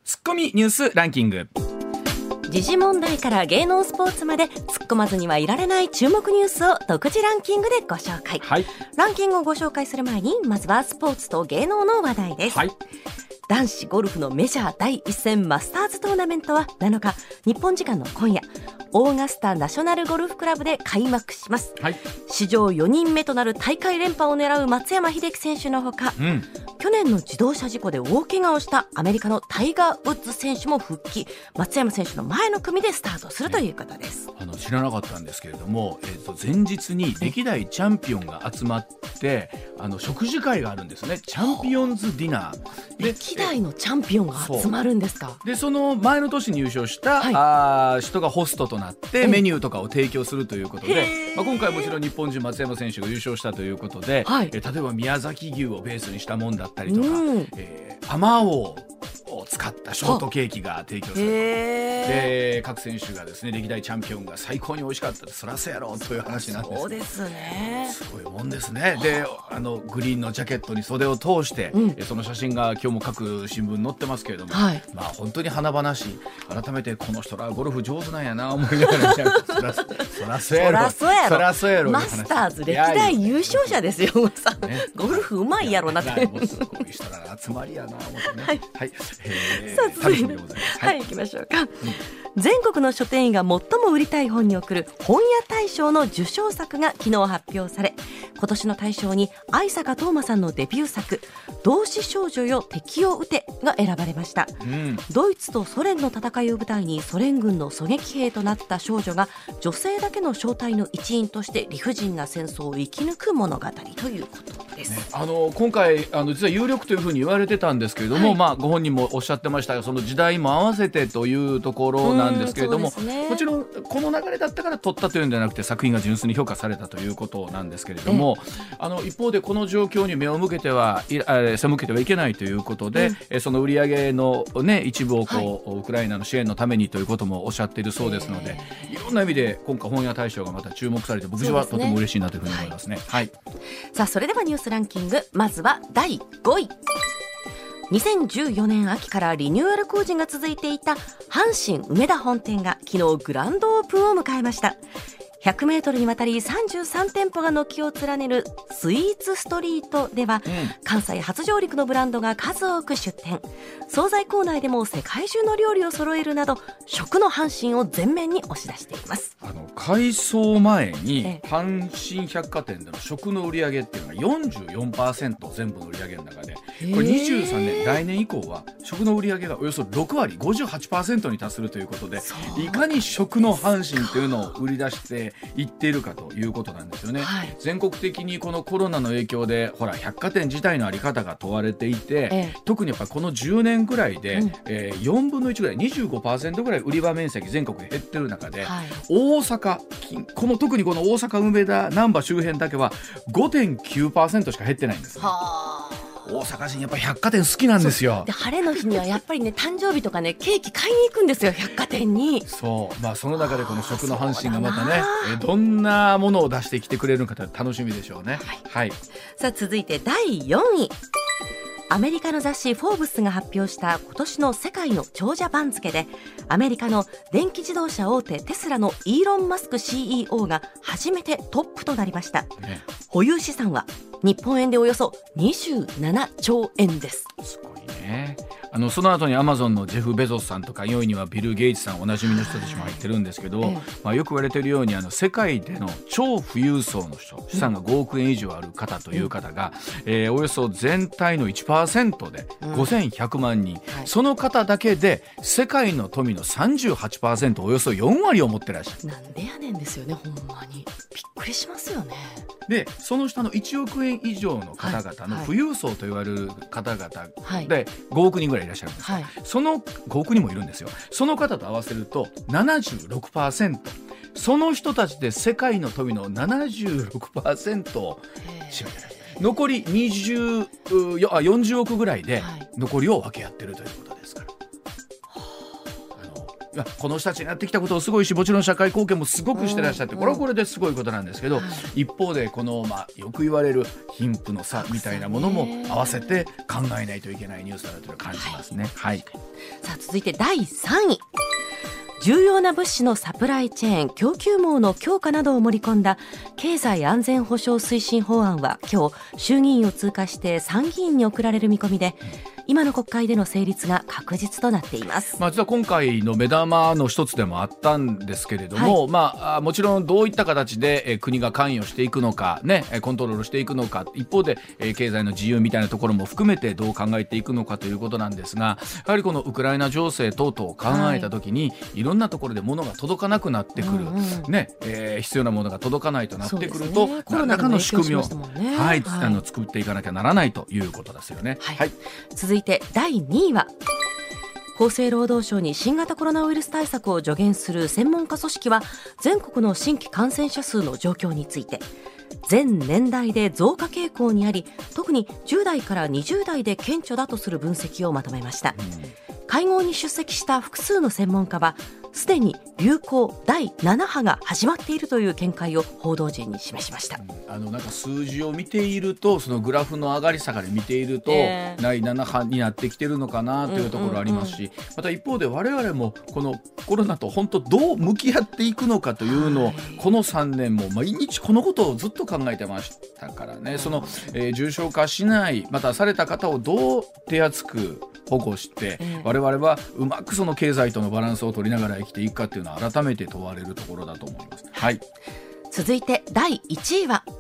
ツッコミニュースランキング。 時事問題から芸能スポーツまで突っ込まずにはいられない注目ニュースを独自ランキングでご紹介、 はい、 ランキングをご紹介する前にまずはスポーツと芸能の話題です、 はい、 男子ゴルフのメジャー第1戦マスターズトーナメントは7日日本時間の今夜オーガスタナショナルゴルフクラブで開幕します、 はい、 史上4人目となる大会連覇を狙う松山英樹選手のほか、去年の自動車事故で大怪我をしたアメリカのタイガー・ウッズ選手も復帰、松山選手の前の組でスタートするということです、 知らなかったんですけれども、前日に歴代チャンピオンが集まって食事会があるんですね。チャンピオンズディナーで歴代のチャンピオンが集まるんですか。 でその前の年に優勝した、人がホストとなってメニューとかを提供するということで、今回もちろん日本人松山選手が優勝したということで、例えば宮崎牛をベースにしたもんだったりとか、あまおうを使ったショートケーキが提供されて、で各選手がですね歴代チャンピオンが最高に美味しかったってそらそうやろという話なんです。 そうですね、 すごいもんですね。でグリーンのジャケットに袖を通して、その写真が今日も各新聞載ってますけれども、本当に華々しい。改めてこの人らゴルフ上手なんやな思いながらそらそうやろそらそうやろマスターズ歴代優勝者ですよ、ゴルフうまいやろなって、 もうすごい人らの集まりやな思ってね。 さあ続いて行きましょうか、全国の書店員が最も売りたい本に贈る本屋大賞の受賞作が昨日発表され、今年の大賞に相坂冬馬さんのデビュー作同志少女よ敵を撃てが選ばれました、ドイツとソ連の戦いを舞台にソ連軍の狙撃兵となった少女が女性だけの小隊の一員として理不尽な戦争を生き抜く物語ということです、 今回実は有力というふうに言われてたんですけれども、ご本人もおっしゃってましたがその時代も合わせてというところなんですけれども、もちろんこの流れだったから取ったというんじゃなくて作品が純粋に評価されたということなんですけれども、一方でこの状況に目を向けて背けてはいけないということで、その売り上げの、一部をウクライナの支援のためにということもおっしゃっているそうですので、いろんな意味で今回本屋大賞がまた注目されて僕はとても嬉しいなというふうに思いますね。 さあそれではニュースランキング、まずは第5位。2014年秋からリニューアル工事が続いていた阪神梅田本店が昨日グランドオープンを迎えました。100メートルにわたり33店舗が軒を連ねるスイーツストリートでは、関西初上陸のブランドが数多く出店。惣菜コーナーでも世界中の料理を揃えるなど食の阪神を前面に押し出しています。 改装前に阪神百貨店での食の売り上げっていうのが 44% 全部の売り上げの中で、これ23年来年以降は食の売り上げがおよそ6割 58% に達するということで、いかに食の阪神というのを売り出していっているかということなんですよね、全国的にこのコロナの影響で百貨店自体のあり方が問われていて、特にやっぱこの10年くらいで、4分の1ぐらい 25% ぐらい売り場面積全国で減ってる中で、大阪特にこの大阪梅田難波周辺だけは 5.9% しか減ってないんですね。大阪人やっぱ百貨店好きなんですよ。 で晴れの日にはやっぱりね誕生日とかねケーキ買いに行くんですよ、百貨店に。 その中でこの食の阪神がまたねどんなものを出してきてくれるのか楽しみでしょうね。 さあ続いて第4位。アメリカの雑誌フォーブスが発表した今年の世界の長者番付で、アメリカの電気自動車大手テスラのイーロン・マスク CEO が初めてトップとなりました、保有資産は日本円でおよそ27兆円です。 すごいね。その後にアマゾンのジェフ・ベゾスさんとか4位にはビル・ゲイツさんおなじみの人たちも入ってるんですけど、よく言われているように世界での超富裕層の人、資産が5億円以上ある方という方が、およそ全体の 1% で5100万人、その方だけで世界の富の 38% およそ4割を持ってらっしゃる。 なんでやねんですよね、ほんまにびっくりしますよね。 でその下の1億円以上の方々の富裕層と言われる方々で5億人ぐらいいらっしゃるんですが、その5億人もいるんですよ。その方と合わせると 76%、 その人たちで世界の富の 76% を占めている。残り40億ぐらいで残りを分け合ってるということですから、この人たちにやってきたことをすごいし、もちろん社会貢献もすごくしてらっしゃって、これはこれですごいことなんですけど、一方でこの、よく言われる貧富の差みたいなものも合わせて考えないといけないニュースだなというのを感じますね。 さあ続いて第3位、重要な物資のサプライチェーン供給網の強化などを盛り込んだ経済安全保障推進法案は今日衆議院を通過して参議院に送られる見込みで、今の国会での成立が確実となっています。 実は今回の目玉の一つでもあったんですけれども、もちろんどういった形で国が関与していくのか、コントロールしていくのか、一方で経済の自由みたいなところも含めてどう考えていくのかということなんですが、やはりこのウクライナ情勢等々を考えたときに、いろんなところで物が届かなくなってくる、必要なものが届かないとなってくると、何らかの仕組みを、作っていかなきゃならないということですよね。 続いて第2位は、厚生労働省に新型コロナウイルス対策を助言する専門家組織は、全国の新規感染者数の状況について全年代で増加傾向にあり、特に10代から20代で顕著だとする分析をまとめました。会合に出席した複数の専門家は、すでに流行第7波が始まっているという見解を報道陣に示しました。 なんか数字を見ていると、そのグラフの上がり下がり見ていると、第7波になってきてるのかなというところありますし、また一方で我々もこのコロナと本当どう向き合っていくのかというのを、この3年も毎日このことをずっと考えてましたからね。その、重症化しない、またされた方をどう手厚く保護して、我々はうまくその経済とのバランスを取りながら生きていくかっていうのは改めて問われるところだと思います。 続いて第1位は、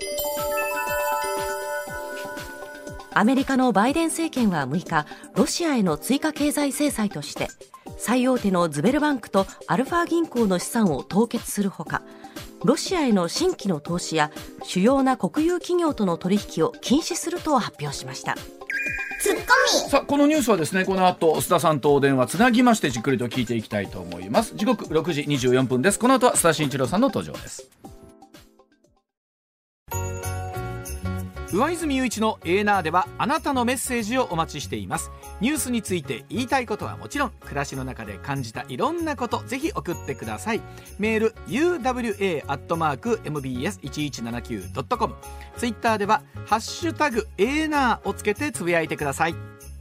アメリカのバイデン政権は6日、ロシアへの追加経済制裁として最大手のズベルバンクとアルファ銀行の資産を凍結するほか、ロシアへの新規の投資や主要な国有企業との取引を禁止すると発表しました。 さあ、このニュースはですね、この後須田さんとお電話つなぎましてじっくりと聞いていきたいと思います。時刻6時24分です。この後は須田慎一郎さんの登場です。上泉雄一のエーナーでは、あなたのメッセージをお待ちしています。ニュースについて言いたいことはもちろん、暮らしの中で感じたいろんなこと、ぜひ送ってください。メール uwa@mbs1179.com、 ツイッターではハッシュタグエーナーをつけてつぶやいてください。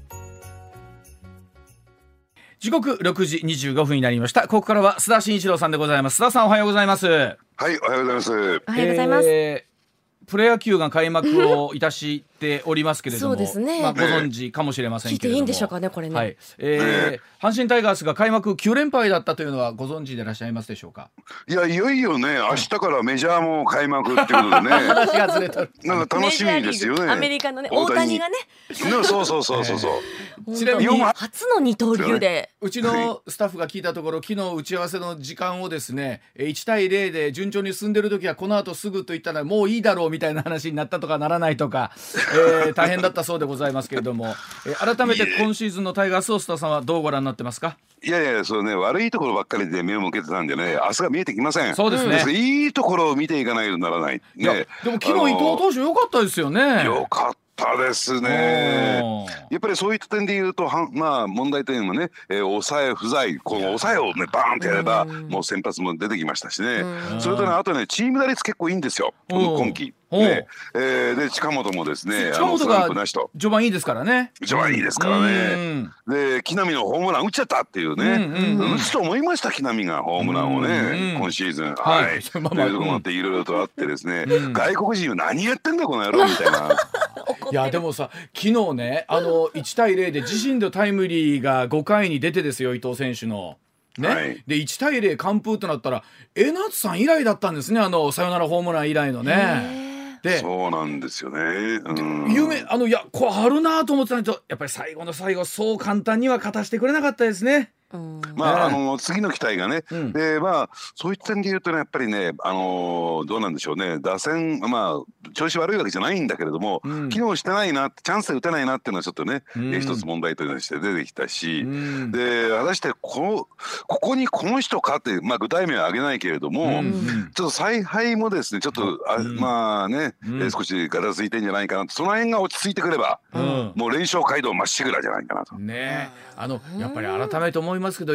時刻6時25分になりました。ここからは須田慎一郎さんでございます。須田さん、おはようございます。 はい、おはようございます。 おはようございます。 プロ野球が開幕をいたしておりますけれども、そうですね、ご存知かもしれませんけれども、 聞いていいんでしょうかね、これね。 阪神タイガースが開幕9連敗だったというのはご存知でいらっしゃいますでしょうか。 いや、いよいよね、明日からメジャーも開幕ってことでね話がずれた。 なんか楽しみですよね。 アメリカのね、大谷がね、 そうちなみに初の二刀流で、 うちのスタッフが聞いたところ、昨日打ち合わせの時間をですね、1対0で順調に進んでる時はこの後すぐと言ったらもういいだろうみたいな話になったとかならないとか、大変だったそうでございますけれども、改めて今シーズンのタイガースを須田さんはどうご覧になってますか。 いや、そうね、悪いところばっかりで目を向けてたんでね、明日が見えてきません。 そうですね、 いいところを見ていかないとならないね。 でも昨日伊藤投手良かったですよね。 良かったですね。やっぱりそういった点で言うと、問題点はね、抑え不在、この抑えをねバーンとやれば、もう先発も出てきましたしね。それとね、あとね、チーム打率結構いいんですよ、今季ね。で近本もですね、 近本が序盤いいですからね。 序盤いいですからね。で木浪のホームラン打っちゃったっていうね、打つと思いました、木浪がホームランをね、今シーズン。はいというところもあって、いろいろとあってですね、外国人は何やってんだこの野郎みたいな。 いやでもさ、昨日ね、1対0で自身のタイムリーが5回に出てですよ、伊藤選手のね、で1対0完封となったら江夏さん以来だったんですね、サヨナラホームラン以来のね。でそうなんですよね。 いやこれあるなと思ってたんですけど、やっぱり最後の最後そう簡単には勝たせてくれなかったですね。 次の期待がね、でそういった点で言うとね、やっぱりね、どうなんでしょうね、打線調子悪いわけじゃないんだけれども、機能してないな、チャンスで打てないなっていうのはちょっとね、一つ問題として出てきたし、で果たしてここにこの人かって、具体名は挙げないけれども、ちょっと采配もですね、ちょっと少しガタついてんじゃないかなと。その辺が落ち着いてくれば、もう連勝街道まっしぐらじゃないかなと。 ね、やっぱり改めて思いますけど、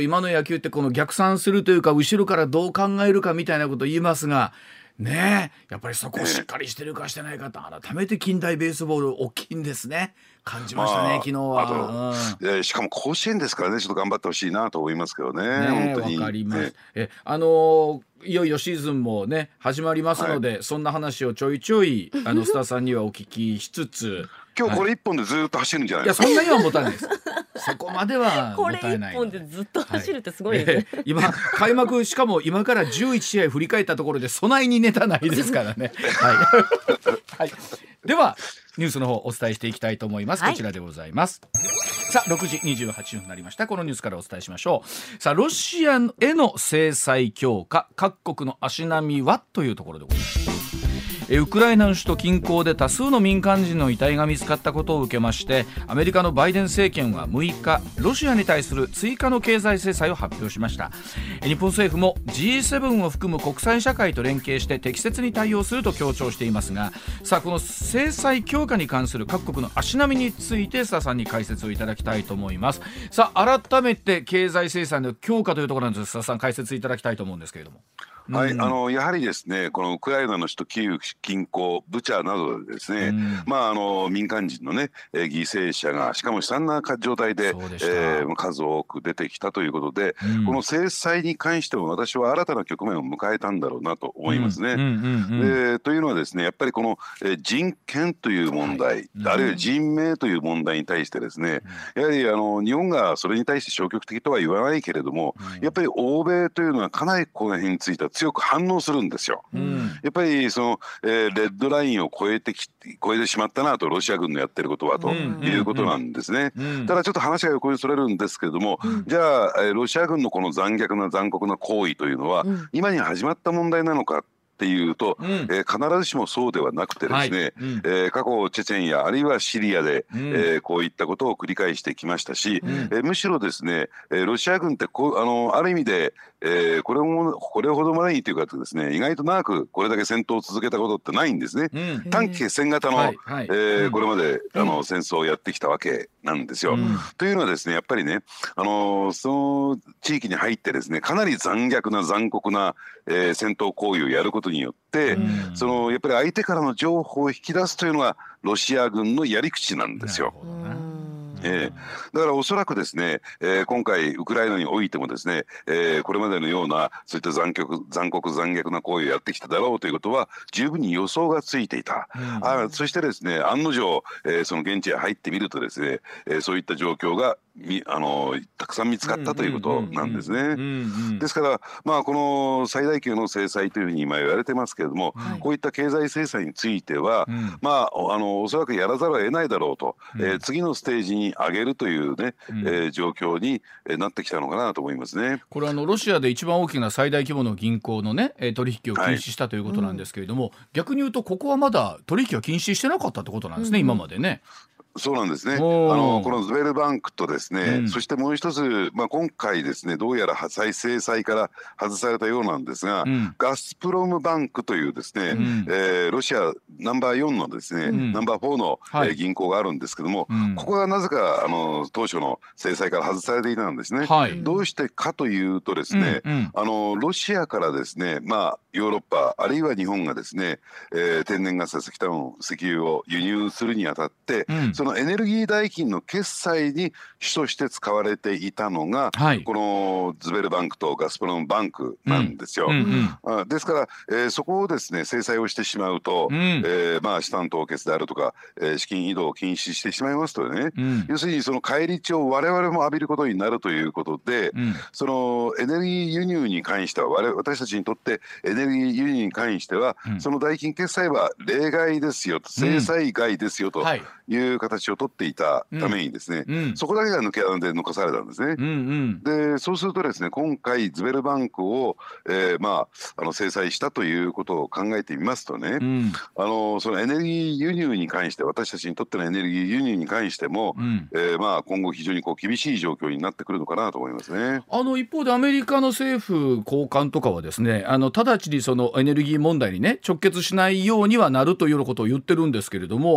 今の野球ってこの逆算するというか後ろからどう考えるかみたいなことを言いますがねえ、やっぱりそこをしっかりしてるかしてないかと改めて近代ベースボール大きいんですね。感じましたね、昨日は。 しかも甲子園ですからね、ちょっと頑張ってほしいなと思いますけどね。本当にわかります。いよいよシーズンもね始まりますので、そんな話をちょいちょいスターさんにはお聞きしつつ今日これ一本でずっと走るんじゃないですか。 いやそんなには持たないですそこまではもったいない。 これ一本でずっと走るってすごいですね、 今開幕しかも今から11試合振り返ったところで備えにネタないですからねはい、ではニュースの方お伝えしていきたいと思います。こちらでございます。さあ6時28分になりました。このニュースからお伝えしましょう。さあロシアへの制裁強化各国の足並みはというところでございます。ウクライナの首都近郊で多数の民間人の遺体が見つかったことを受けましてアメリカのバイデン政権は6日ロシアに対する追加の経済制裁を発表しました。日本政府も G7 を含む国際社会と連携して適切に対応すると強調していますが、さあこの制裁強化に関する各国の足並みについて須田さんに解説をいただきたいと思います。さあ改めて経済制裁の強化というところなんですが須田さん解説いただきたいと思うんですけれども。 はい、やはりですねこのウクライナの首都キーウ近郊ブチャなどでですね、民間人のね、犠牲者がしかも悲惨な状態で、数多く出てきたということで、この制裁に関しても私は新たな局面を迎えたんだろうなと思いますね。というのはですねやっぱりこの、人権という問題、あるいは人命という問題に対してですね、やはり日本がそれに対して消極的とは言わないけれども、やっぱり欧米というのはかなりこの辺については強く反応するんですよ。やっぱりその、レッドラインを越えてしまったなとロシア軍のやってることはということなんですね。ただちょっと話が横にそれるんですけれども、じゃあロシア軍のこの残虐な残酷な行為というのは、今に始まった問題なのかっていうと、必ずしもそうではなくてですね、過去チェチェンやあるいはシリアで、こういったことを繰り返してきましたし、むしろですねロシア軍ってある意味で、これほどまでにというかですね意外と長くこれだけ戦闘を続けたことってないんですね。短期決戦型の、これまで戦争をやってきたわけなんですよ。というのはですねやっぱりねその地域に入ってですねかなり残虐な残酷な、戦闘行為をやることによって、やっぱり相手からの情報を引き出すというのがロシア軍のやり口なんですよ。だからおそらくですね、今回ウクライナにおいてもですね、これまでのようなそういった残酷残虐な行為をやってきただろうということは十分に予想がついていた。そしてですね案の定、その現地へ入ってみるとですね、そういった状況がたくさん見つかったということなんですね。ですからこの最大級の制裁というふうに今言われてますけれども、こういった経済制裁については、おそらくやらざるを得ないだろうと、次のステージに上げるというね、状況になってきたのかなと思いますね。 これロシアで一番大きな最大規模の銀行のね取引を禁止したということなんですけれども、逆に言うとここはまだ取引は禁止してなかったってことなんですね、今までね。 そうなんですね。このズベルバンクとですね、そしてもう一つ、今回ですねどうやら再制裁から外されたようなんですが、ガスプロムバンクというですね、ロシアナンバー4のですね、ナンバー4の、銀行があるんですけども、ここがなぜか当初の制裁から外されていたんですね。どうしてかというとですね、ロシアからですねヨーロッパあるいは日本がですね、天然ガスや石油を輸入するにあたって、そのエネルギー代金の決済に主として使われていたのが、このズベルバンクとガスプロムバンクなんですよ。ですから、そこをですね制裁をしてしまうと、資産凍結であるとか、資金移動を禁止してしまいますとね、要するにその返り血を我々も浴びることになるということで、そのエネルギー輸入に関しては私たちにとってエネルギー輸入に関しては、その代金決済は例外ですよと、制裁外ですよという形を取っていたためにですね、そこだけが抜かされたんですね。でそうするとですね今回ズベルバンクを、制裁したということを考えてみますとね、そのエネルギー輸入に関して私たちにとってのエネルギー輸入に関しても、今後非常に厳しい状況になってくるのかなと思いますね。 一方でアメリカの政府高官とかはですね直ちにそのエネルギー問題にね直結しないようにはなるというようなことを言ってるんですけれども、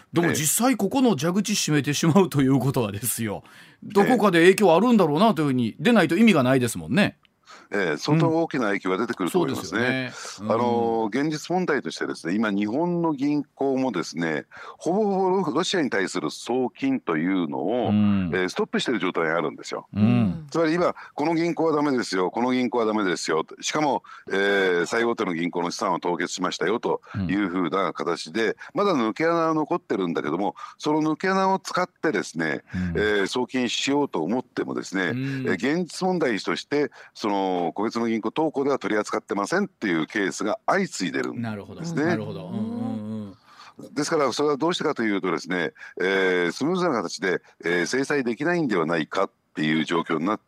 でも実際ここの蛇口閉めてしまうということはですよ、どこかで影響あるんだろうなというふうに、出ないと意味がないですもんね。 相当大きな影響が出てくると思いますね。現実問題としてですね、今日本の銀行もですね、ほぼほぼロシアに対する送金というのを、ストップしている状態にあるんですよ。つまり今この銀行はダメですよ、この銀行はダメですよ、しかも、最大手の銀行の資産を凍結しましたよというふうな形で、まだ抜け穴は残ってるんだけども、その抜け穴を使ってですね、送金しようと思ってもですね、現実問題としてその個別の銀行当行では取り扱ってませんっていうケースが相次いでるんですね。ですからそれはどうしてかというとですね、スムーズな形で、制裁できないんではないかっていう状況になって、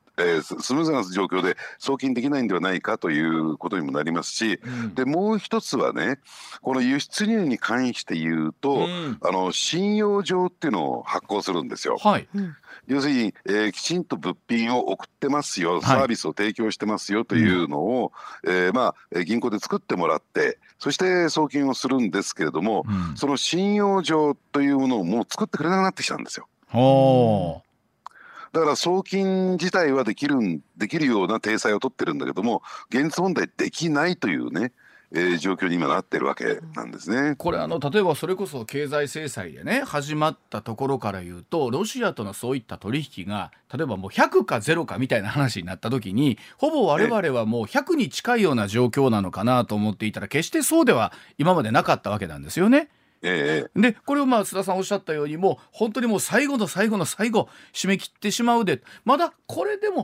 スムーズな状況で送金できないんではないかということにもなりますし、でもう一つはね、この輸出入に関して言うと、信用状っていうのを発行するんですよ。要するに、きちんと物品を送ってますよ、サービスを提供してますよというのを、銀行で作ってもらって、そして送金をするんですけれども、その信用状というものをもう作ってくれなくなってきたんですよ。だから送金自体はできるような体裁を取ってるんだけども、現実問題できないというね、状況に今なってるわけなんですね。 これ例えばそれこそ経済制裁でね始まったところから言うと、ロシアとのそういった取引が例えばもう100か0かみたいな話になった時に、ほぼ我々はもう100に近いような状況なのかなと思っていたら、決してそうでは今までなかったわけなんですよね。でこれを須田さんおっしゃったように、もう本当にもう最後の最後の最後締め切ってしまうで、まだこれでも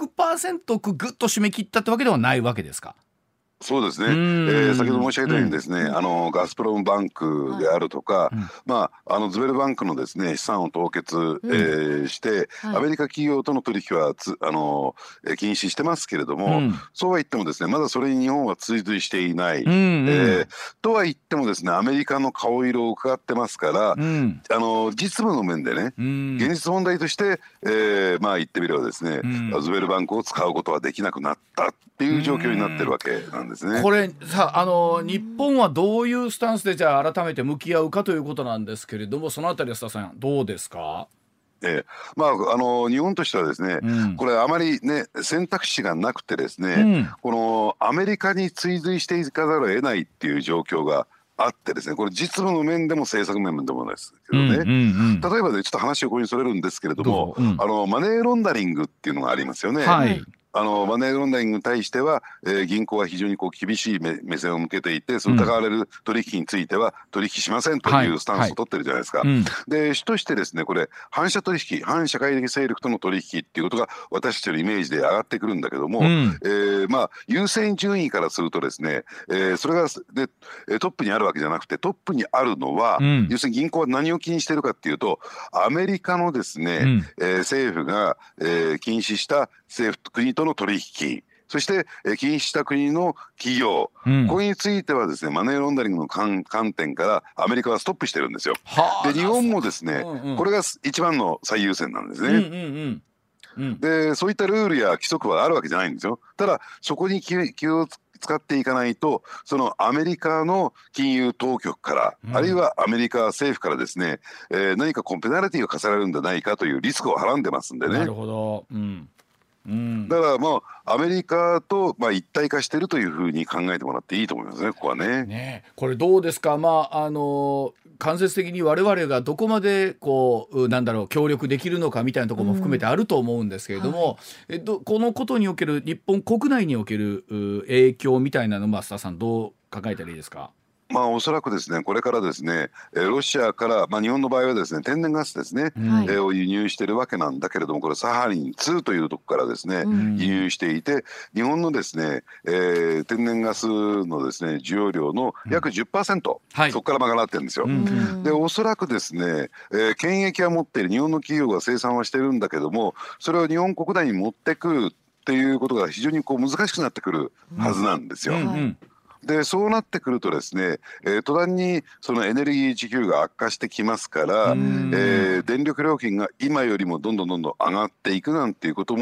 100% グッと締め切ったってわけではないわけですか。 そうですね、先ほど申し上げたようにですね、ガスプロムバンクであるとか、ズベルバンクのですね資産を凍結、して、アメリカ企業との取引は禁止してますけれども、そうは言ってもですね、まだそれに日本は追随していない、とは言ってもですね、アメリカの顔色を伺ってますから、実務の面でね、現実問題として、言ってみればですね、ズベルバンクを使うことはできなくなったっていう状況になってるわけなんです。 これさ日本はどういうスタンスでじゃあ改めて向き合うかということなんですけれども、そのあたりは須田さんどうですか。 日本としてはですね、これあまりね選択肢がなくてですね、このアメリカに追随していかざるを得ないっていう状況があってですね、これ実務の面でも政策面でもないですけどね、例えばね、ちょっと話をここにそれるんですけれども、マネーロンダリングっていうのがありますよね。マネーロンダリングに対しては、銀行は非常に厳しい目線を向けていて、その疑われる取引については取引しませんというスタンスを取ってるじゃないですか。で主としてですね、これ反社取引、反社会的勢力との取引っていうことが私たちのイメージで上がってくるんだけども、優先順位からするとですね、それがでトップにあるわけじゃなくて、トップにあるのは、要するに銀行は何を気にしてるかっていうと、アメリカのですね、政府が、禁止した国との取引、そして禁止した国の企業、これについてはですね、マネーロンダリングの観点からアメリカはストップしてるんですよ。で日本もですね、これが一番の最優先なんですね。でそういったルールや規則はあるわけじゃないんですよ。ただそこに気を使っていかないと、そのアメリカの金融当局から、あるいはアメリカ政府からですね、何かペナルティが課されるんじゃないかというリスクをはらんでますんでね。 なるほど。 だからアメリカと一体化しているというふうに考えてもらっていいと思いますね、ここはね。 これどうですか。間接的に我々がどこまで協力できるのかみたいなところも含めてあると思うんですけれども、このことにおける日本国内における影響みたいなのを須田さんどう考えたらいいですか。 おそらくですね、これからですね、ロシアから、日本の場合はですね、天然ガスですね、を輸入しているわけなんだけれども、これサハリン2というところからですね、輸入していて、日本のですね、天然ガスのですね需要量の約 10%、そこから賄ってるんですよ。でおそらくですね、権益は持っている日本の企業が生産はしてるんだけども、それを日本国内に持ってくるっていうことが非常に難しくなってくるはずなんですよ。でそうなってくるとですね、途端にそのエネルギー需給が悪化してきますから、電力料金が今よりもどんどん上がっていくなんていうことも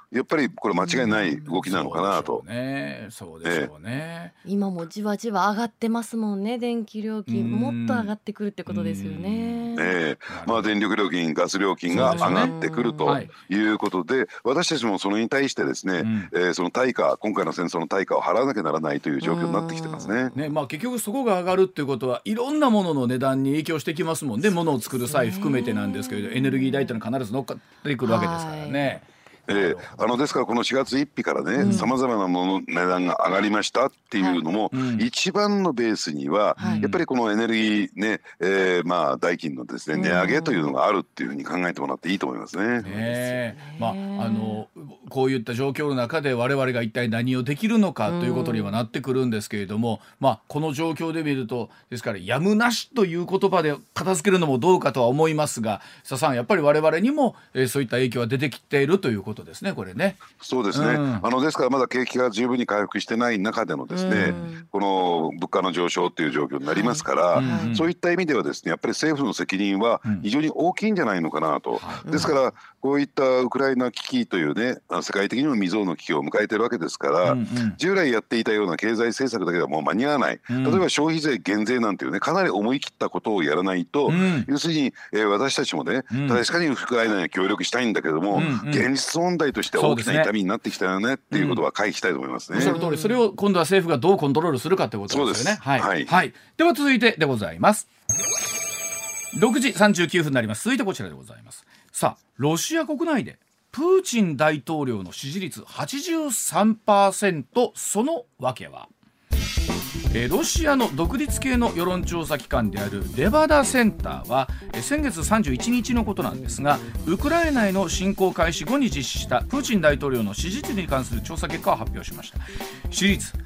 やっぱりこれ間違いない動きなのかなと。 そうでしょうね。 今もじわじわ上がってますもんね。電気料金もっと上がってくるってことですよね。 電力料金、ガス料金が上がってくるということで、私たちもそれに対してですね、その対価、今回の戦争の対価を払わなきゃならないという状況になってきてますね。 結局そこが上がるっていうことはいろんなものの値段に影響してきますもんね。物を作る際含めてなんですけれど、エネルギー代というのは必ず乗っかってくるわけですからね。 ですからこの4月1日からね、さまざまなものの値段が上がりましたっていうのも、一番のベースには、やっぱりこのエネルギーね、代金のですね、値上げというのがあるっていうふうに考えてもらっていいと思いますね。 こういった状況の中で我々が一体何をできるのかということにはなってくるんですけれども、この状況で見ると、ですからやむなしという言葉で片付けるのもどうかとは思いますが、須田さん、やっぱり我々にも、そういった影響は出てきているということですね、これね。 そうですね、ですからまだ景気が十分に回復してない中でのですね、この物価の上昇という状況になりますから、そういった意味ではですね、やっぱり政府の責任は非常に大きいんじゃないのかなと。ですからこういったウクライナ危機というね、世界的にも未曾有の危機を迎えているわけですから、従来やっていたような経済政策だけではもう間に合わない、例えば消費税減税なんていうね、かなり思い切ったことをやらないと、要するに、私たちもね、確かにウクライナに協力したいんだけども、現実問題として大きな痛みになってきたよねっていうことは回避したいと思いますね。 その通り、それを今度は政府がどうコントロールするかということですよね。では続いてでございます。6時39分になります。続いてこちらでございます。さあ、ロシア国内でプーチン大統領の支持率 83%、 その訳は。ロシアの独立系の世論調査機関であるレバダセンターは先月31日のことなんですが、ウクライナへの侵攻開始後に実施したプーチン大統領の支持率に関する調査結果を発表しました。支持率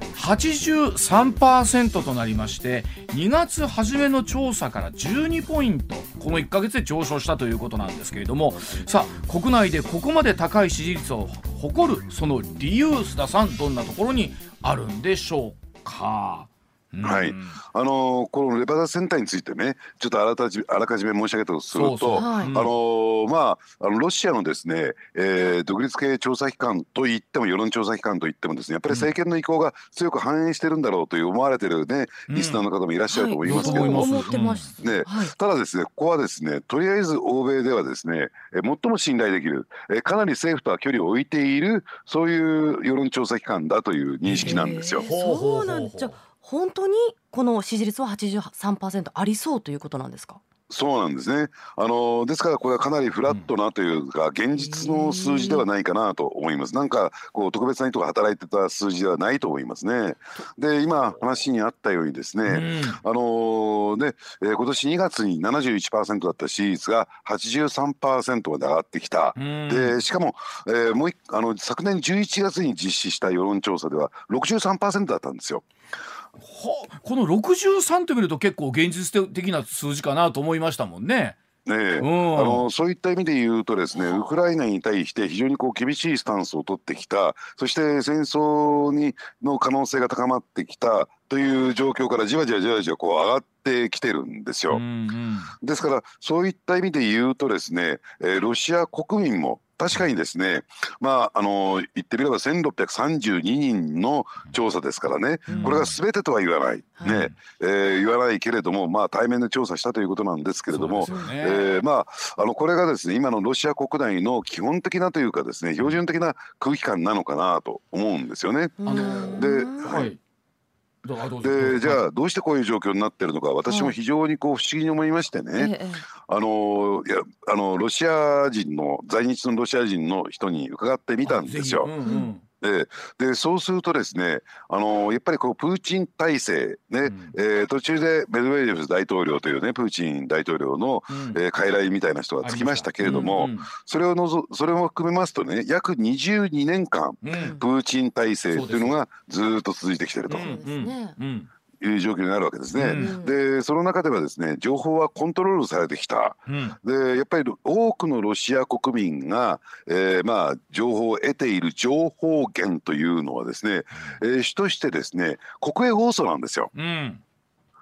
83% となりまして、2月初めの調査から12ポイントこの1ヶ月で上昇したということなんですけれども、さあ、国内でここまで高い支持率を誇るその理由、須田さん、どんなところにあるんでしょうか。 このレバダセンターについてね、ちょっとあらかじめ申し上げたとすると、ロシアのですね、独立系調査機関といっても世論調査機関といってもですね、やっぱり政権の意向が強く反映してるんだろうという思われてるね、リスナーの方もいらっしゃると思いますけども、ただですね、ここはですね、とりあえず欧米ではですね、最も信頼できる、かなり政府とは距離を置いている、そういう世論調査機関だという認識なんですよ。 そうなんじゃ、本当にこの支持率は 83% ありそうということなんですか。 そうなんですね。ですからこれはかなりフラットなというか、現実の数字ではないかなと思います。なんかこう特別な人が働いてた数字ではないと思いますね。で、今話にあったようにですね、今年2月に 71% だった支持率が 83% まで上がってきた。でしかも、昨年11月に実施した世論調査では 63% だったんですよ。 この63と見ると結構現実的な数字かなと思いましたもんね。そういった意味で言うとですね、ウクライナに対して非常にこう厳しいスタンスを取ってきた、そして戦争の可能性が高まってきたという状況からじわじわこう上がってきてるんですよ。ですからそういった意味で言うとですね、ロシア国民も確かにですね、言ってみれば1632人の調査ですからね、これが全てとは言わない、言わないけれども、対面で調査したということなんですけれども、これがですね、今のロシア国内の基本的なというかですね、標準的な空気感なのかなと思うんですよね。でじゃあどうしてこういう状況になってるのか、私も非常にこう不思議に思いましてね、ロシア人の在日のロシア人の人に伺ってみたんですよ。でそうするとですね、やっぱりこうプーチン体制ね、途中でメドベージェフ大統領というね、プーチン大統領の傀儡みたいな人がつきましたけれども、それも含めますとね、約22年間プーチン体制というのがずっと続いてきていると。いう状況になるわけですね。でその中ではですね、情報はコントロールされてきた。でやっぱり多くのロシア国民が、情報を得ている情報源というのはですね、主としてですね、国営放送なんですよ。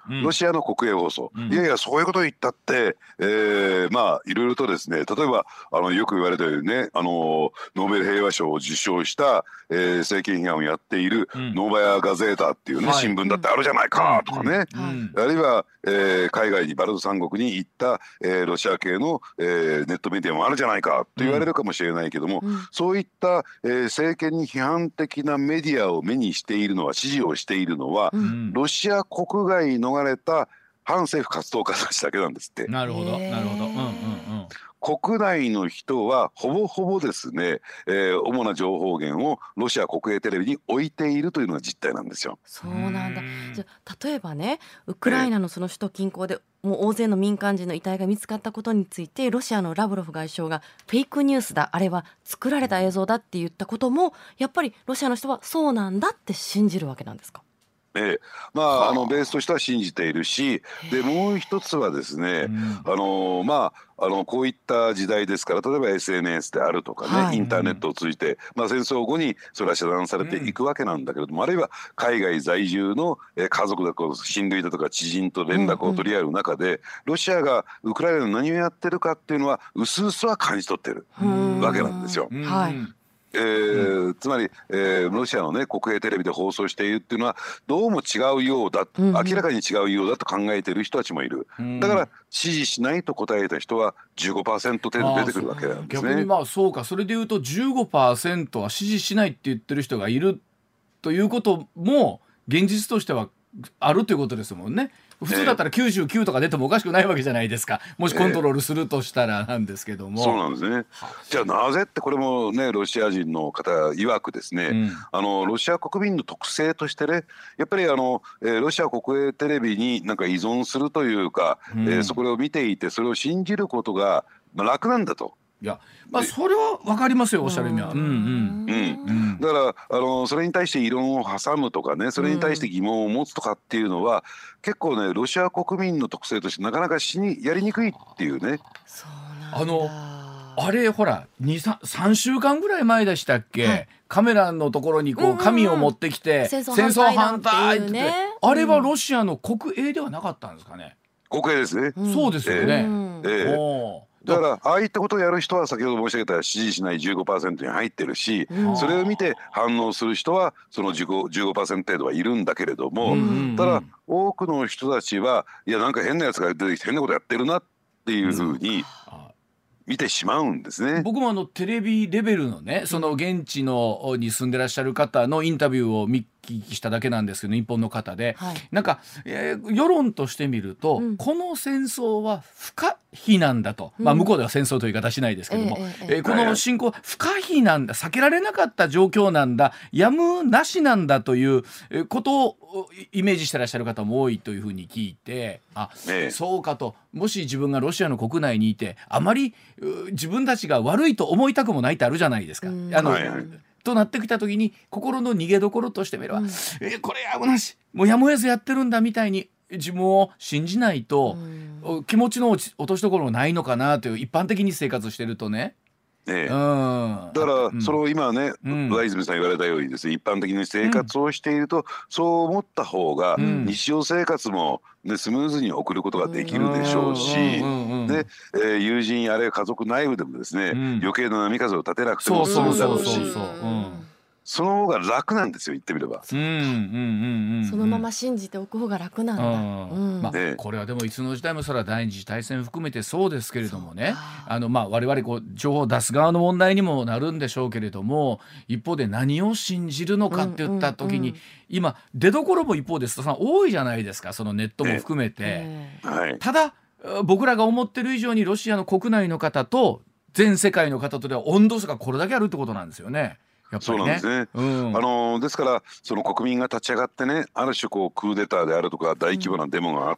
ロシアの国営放送、いやいやそういうことを言ったって、まあいろいろとですね、例えばよく言われてるね、ノーベル平和賞を受賞した、政権批判をやっているノーバヤ・ガゼータっていうね、新聞だってあるじゃないかとかね、あるいは、海外にバルト三国に行った、ロシア系の、ネットメディアもあるじゃないかと言われるかもしれないけども、そういった、政権に批判的なメディアを目にしているのは、支持をしているのは、ロシア国外に逃れた反政府活動家たちだけなんですって。 なるほどなるほど。 国内の人はほぼほぼですね、主な情報源をロシア国営テレビに置いているというのが実態なんですよ。 そうなんだ。じゃあ例えばね、ウクライナのその首都近郊でもう大勢の民間人の遺体が見つかったことについて、ロシアのラブロフ外相がフェイクニュースだ、あれは作られた映像だって言ったことも、やっぱりロシアの人はそうなんだって信じるわけなんですか？ まあベースとしては信じているし、でもう一つはですね、まあこういった時代ですから、例えば SNS であるとかね、インターネットを通じて、まあ、戦争後にそれは遮断されていくわけなんだけれども、あるいは海外在住の家族だとか親類だとか知人と連絡を取り合う中で、ロシアがウクライナの何をやってるかっていうのは薄々は感じ取ってるわけなんですよ。つまり、ロシアのね国営テレビで放送しているっていうのはどうも違うようだ、明らかに違うようだと考えている人たちもいる。だから支持しないと答えた人は 15% 程度出てくるわけなんですね。 逆にまあそうか、それでいうと 15% は支持しないって言ってる人がいるということも現実としてはあるということですもんね。普通だったら99とか出てもおかしくないわけじゃないですか、もしコントロールするとしたらなんですけども、 そうなんですね。じゃあなぜって、これもねロシア人の方曰くですね、ロシア国民の特性としてね、やっぱりロシア国営テレビになんか依存するというか、そこを見ていてそれを信じることが楽なんだと。 いや、まあそれは分かりますよ、おっしゃる意味は。 だからそれに対して異論を挟むとかね、それに対して疑問を持つとかっていうのは結構ねロシア国民の特性としてなかなかやりにくいっていうね。 そうなんだ。 あれほら3週間ぐらい前でしたっけ、カメラのところにこう紙を持ってきて、戦争反対って言って、あれはロシアの国営ではなかったんですかね？ 国営ですね。 そうですよね。 だからああいったことをやる人は先ほど申し上げた支持しない 15% に入ってるし、それを見て反応する人はその 15% 程度はいるんだけれども、ただ多くの人たちはいやなんか変なやつが出てきて変なことやってるなっていうふうに見てしまうんですね。 僕もテレビレベルのね、その現地のに住んでらっしゃる方のインタビューを見聞きしただけなんですけど、日本の方で、なんか、世論としてみると、この戦争は不可避なんだと、まあ向こうでは戦争という言い方しないですけども、この侵攻は不可避なんだ、避けられなかった状況なんだ、やむなしなんだということをイメージしてらっしゃる方も多いというふうに聞いて、そうかと。もし自分がロシアの国内にいてあまり自分たちが悪いと思いたくもないってあるじゃないですか。となってきた時に心の逃げどころとしてみれば、これやむなし、もうやむを得ずやってるんだみたいに自分を信じないと、気持ちの落としどころないのかなという、一般的に生活してるとね。 だからそれを今ね、上泉さん言われたようにですね、一般的に生活をしていると、そう思った方が日常生活も、ね、スムーズに送ることができるでしょうし、で友人あるいは家族内部でもですね、余計な波風を立てなくても済むだろうし、その方が楽なんですよ、言ってみれば。 そのまま信じておく方が楽なんだ。 これはでもいつの時代もそれは第二次大戦含めてそうですけれどもね、我々こう情報を出す側の問題にもなるんでしょうけれども、一方で何を信じるのかって言った時に、今出どころも一方で多いじゃないですか、そのネットも含めて。ただ僕らが思ってる以上にロシアの国内の方と全世界の方とでは温度差がこれだけあるってことなんですよね。 そうなんですね。ですからその国民が立ち上がってね、ある種こうクーデターであるとか大規模なデモがあって、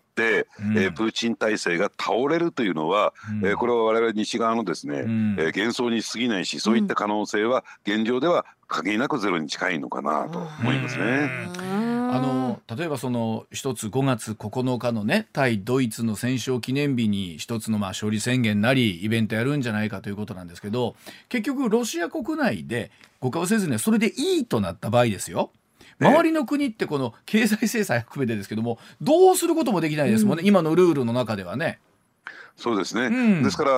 プーチン体制が倒れるというのは、これは我々西側のですね、幻想に過ぎないし、そういった可能性は現状では限りなくゼロに近いのかなと思いますね。 例えばその一つ5月9日のね、対ドイツの戦勝記念日に一つの勝利宣言なりイベントやるんじゃないかということなんですけど、結局ロシア国内で誤解をせずにそれでいいとなった場合ですよ、 周りの国ってこの経済制裁含めてですけどもどうすることもできないですもんね、今のルールの中ではね。 そうですね、ですから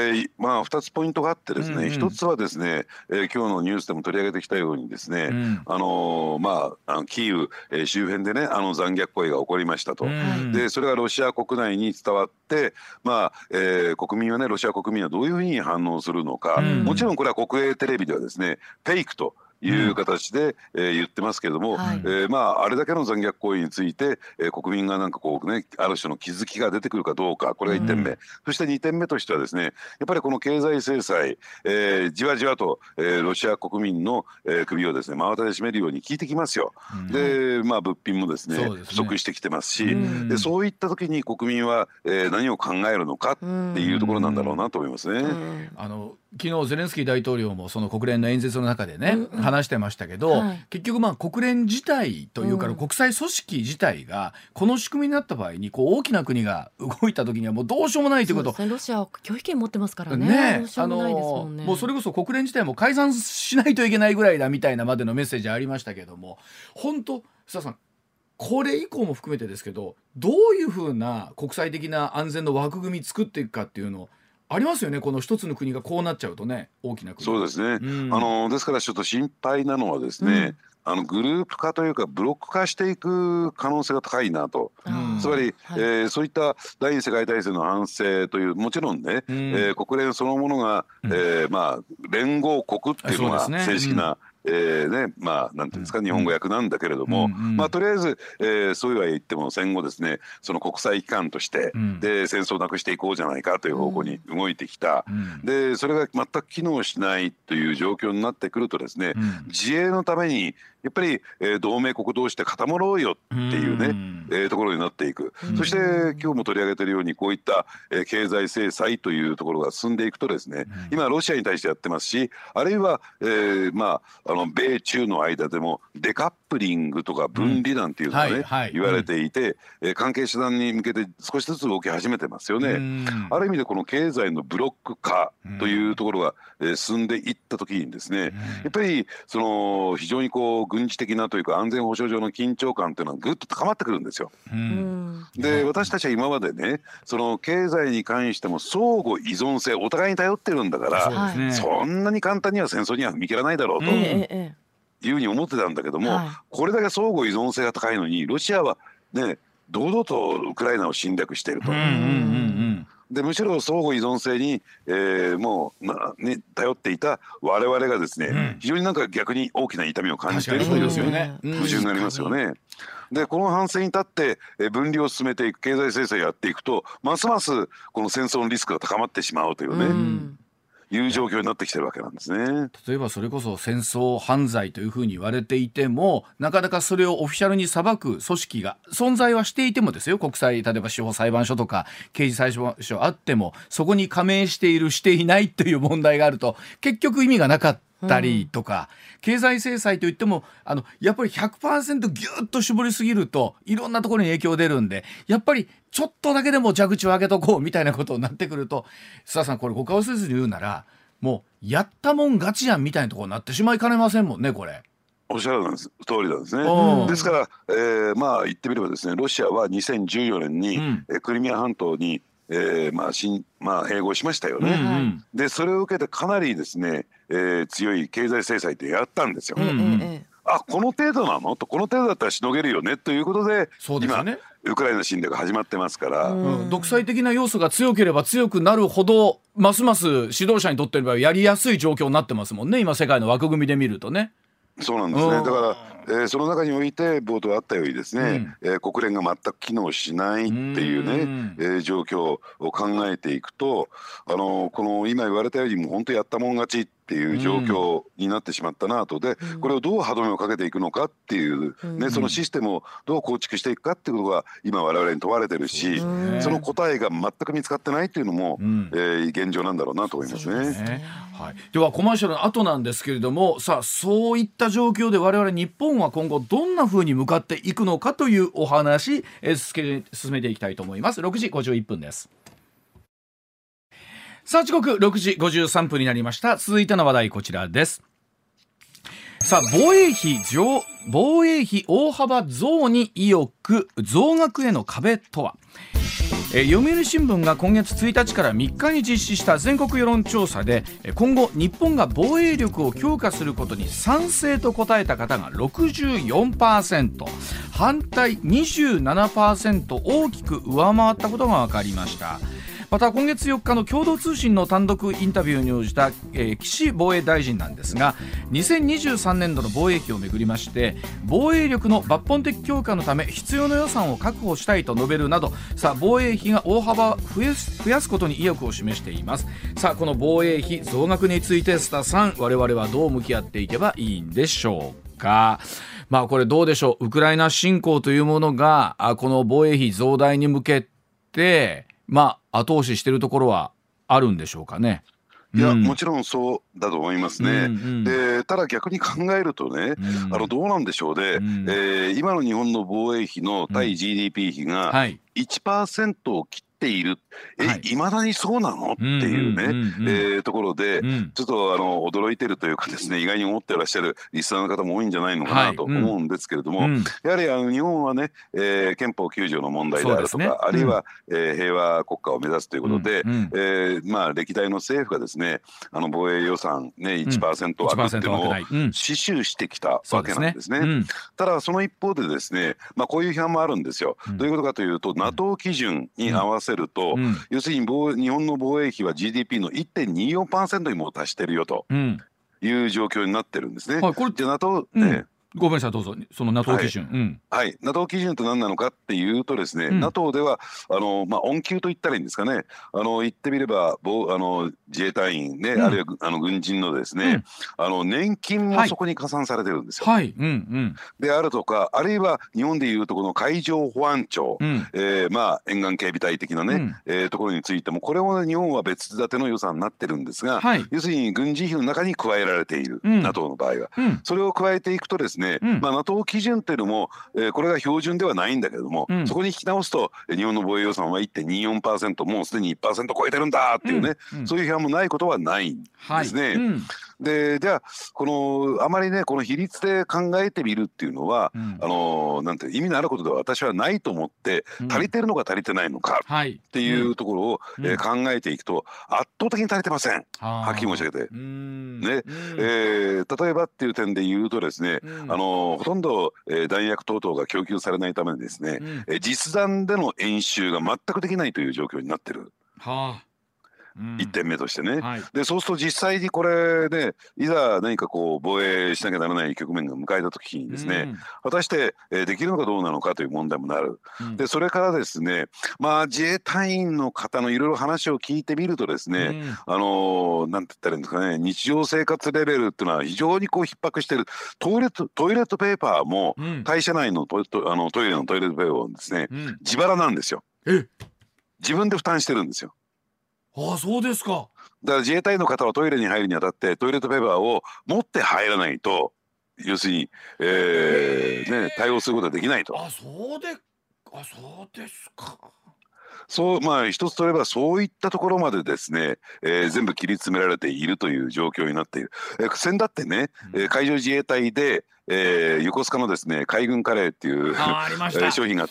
、2つポイントがあってですね、1つはですね、今日のニュースでも取り上げてきたようにですね、キーウ、周辺でね残虐行為が起こりましたと、でそれがロシア国内に伝わって、国民はねロシア国民はどういうふうに反応するのか、もちろんこれは国営テレビではですねフェイクという形で、言ってますけれども、あれだけの残虐行為について、国民がなんかこうねある種の気づきが出てくるかどうか、これが1点目、そして2点目としてはですねやっぱりこの経済制裁、じわじわと、ロシア国民の、首をですね真綿で締めるように効いてきますよ。で物品もですね不足してきてますし、でそういった時に国民は、何を考えるのかっていうところなんだろうなと思いますね。 昨日ゼレンスキー大統領もその国連の演説の中でね、話してましたけど、結局国連自体というか、国際組織自体がこの仕組みになった場合にこう大きな国が動いた時にはもうどうしようもないということ。 そうですね、ロシアは拒否権持ってますからね。どうしようもないですもんね。 もうそれこそ国連自体も解散しないといけないぐらいだみたいなまでのメッセージありましたけども、本当須田さんこれ以降も含めてですけどどういうふうな国際的な安全の枠組み作っていくかっていうのありますよね。この一つの国がこうなっちゃうとね、大きな国。 そうですね、ですからちょっと心配なのはですね、グループ化というかブロック化していく可能性が高いなと、つまり、そういった第二次世界大戦の反省というもちろんね、国連そのものが、連合国っていうのが正式な、なんていうんですか、日本語訳なんだけれども、とりあえず、そうは言っても戦後ですねその国際機関として、で戦争をなくしていこうじゃないかという方向に動いてきた、でそれが全く機能しないという状況になってくるとですね、自衛のためにやっぱり、同盟国同士で固まろうよっていうね、ところになっていく。そして今日も取り上げているようにこういった、経済制裁というところが進んでいくとですね、今ロシアに対してやってますし、あるいは、米中の間でもデカップリングとか分離なんていうのがね、言われていて、関係手段に向けて少しずつ動き始めてますよね。ある意味でこの経済のブロック化というところが、進んでいった時にですね、やっぱりその非常にこう軍事的なというか安全保障上の緊張感というのはぐっと高まってくるんですよ。で私たちは今までねその経済に関しても相互依存性お互いに頼ってるんだから、そんなに簡単には戦争には踏み切らないだろうというふうに思ってたんだけども、これだけ相互依存性が高いのにロシアはね堂々とウクライナを侵略していると。でむしろ相互依存性に、頼っていた我々がですね、非常になんか逆に大きな痛みを感じているという矛盾になりますよね。でこの反省に立って分離を進めていく経済制裁をやっていくとますますこの戦争のリスクが高まってしまうというね、いう状況になってきてるわけなんですね。 例えばそれこそ戦争犯罪というふうに言われていてもなかなかそれをオフィシャルに裁く組織が存在はしていてもですよ、国際例えば司法裁判所とか刑事裁判所あってもそこに加盟しているしていないという問題があると結局意味がなかったりとか、経済制裁といってもやっぱり 100% ギュッと絞りすぎるといろんなところに影響出るんで、やっぱりちょっとだけでも蛇口を開けとこうみたいなことになってくると、須田さんこれ誤解をせずに言うならもうやったもん勝ちやんみたいなところになってしまいかねませんもんね。これおっしゃる通りなんですね。ですから、言ってみればですねロシアは2014年に、クリミア半島に併合しましたよね。でそれを受けてかなりですね、強い経済制裁ってやったんですよ。この程度なのと、この程度だったらしのげるよねということで、今ウクライナ侵略が始まってますから、 独裁的な要素が強ければ強くなるほどますます指導者にとってはやりやすい状況になってますもんね、今世界の枠組みで見るとね。 そうなんですね。だから、その中において冒頭あったようにですね、国連が全く機能しないっていうね、状況を考えていくとこの今言われたようにもう本当やったもん勝ちっていう状況になってしまったなと。でこれをどう歯止めをかけていくのかっていう、そのシステムをどう構築していくかっていうことが今我々に問われてるし、その答えが全く見つかってないっていうのも、現状なんだろうなと思いますね。 ではコマーシャルの後なんですけれども、さあそういった状況で我々日本は今後どんな風に向かっていくのかというお話、進めていきたいと思います。6時51分です。さあ時刻6時53分になりました。続いての話題こちらです。 さあ防衛費大幅増に意欲、増額への壁とは。読売新聞が今月1日から3日に実施した全国世論調査で、今後日本が防衛力を強化することに賛成と答えた方が 64%、 反対 27%、 大きく上回ったことが分かりました。また今月4日の共同通信の単独インタビューに応じた、岸防衛大臣なんですが、2023年度の防衛費をめぐりまして、防衛力の抜本的強化のため必要な予算を確保したいと述べるなど、さあ防衛費が大幅増やすことに意欲を示しています。さあこの防衛費増額について須田さん、我々はどう向き合っていけばいいんでしょうか。まあこれどうでしょう、ウクライナ侵攻というものがこの防衛費増大に向けて後押ししているところはあるんでしょうかね。 いや、もちろんそうだと思いますね。でただ逆に考えるとね、どうなんでしょうね、今の日本の防衛費の対 GDP 比が1% を切っている、いまだにそうなのっていうねところで、ちょっと驚いてるというかですね、意外に思ってらっしゃるリスナーの方も多いんじゃないのかなと思うんですけれども、やはり日本はね、憲法9条の問題であるとか、あるいは平和国家を目指すということで、歴代の政府がですね、防衛予算ね 1% 枠っていうのを死守してきたわけなんですね。ただその一方でですね、こういう批判もあるんですよ。どういうことかというと、 NATO 基準に合わせると、要するに日本の防衛費は GDP の 1.24% にも達してるよという状況になってるんですね。これじゃあ NATO、 ごめんなさい、どうぞ。その NATO 基準、 NATO 基準と何なのかっていうとですね、NATO では恩給と言ったらいいんですかね、言ってみれば自衛隊員ね、あるいは軍人のですね、年金もそこに加算されてるんですよ。であるとか、あるいは日本でいうとこの海上保安庁、沿岸警備隊的なね、ところについても、これも日本は別立ての予算になってるんですが、要するに軍事費の中に加えられている、NATO の場合は、それを加えていくとですね、NATO 基準っていうのも、これが標準ではないんだけれども、そこに引き直すと日本の防衛予算は 1.24%、 もうすでに 1% 超えてるんだっていうね、そういう批判もないことはないんですね。でじゃああまりね、この比率で考えてみるっていうのは、なんて意味のあることでは私はないと思って、足りてるのか足りてないのかっていうところを、考えていくと圧倒的に足りてません、はっきり申し上げてね。例えばっていう点で言うとですね、ほとんど、弾薬等々が供給されないためにですね、実弾での演習が全くできないという状況になってる。1点目としてね、でそうすると実際にこれで、いざ何かこう防衛しなきゃならない局面が迎えた時にですね、果たして、できるのかどうなのかという問題もなる。でそれからですね、自衛隊員の方のいろいろ話を聞いてみるとですね、なんて言ったらいいんですかね、日常生活レベルっていうのは非常にこう逼迫してる。トイレットペーパーも、会社内のトイレのトイレットペーパーはですね、自腹なんですよ。自分で負担してるんですよ。 そうですか。 だから自衛隊の方はトイレに入るにあたってトイレットペーパーを持って入らないと、要するに、対応することはできないと。 そうですか。 一つとればそういったところまでですね、全部切り詰められているという状況になっている。先だってね、海上自衛隊で、横須賀のですね海軍カレーっていう商品があって、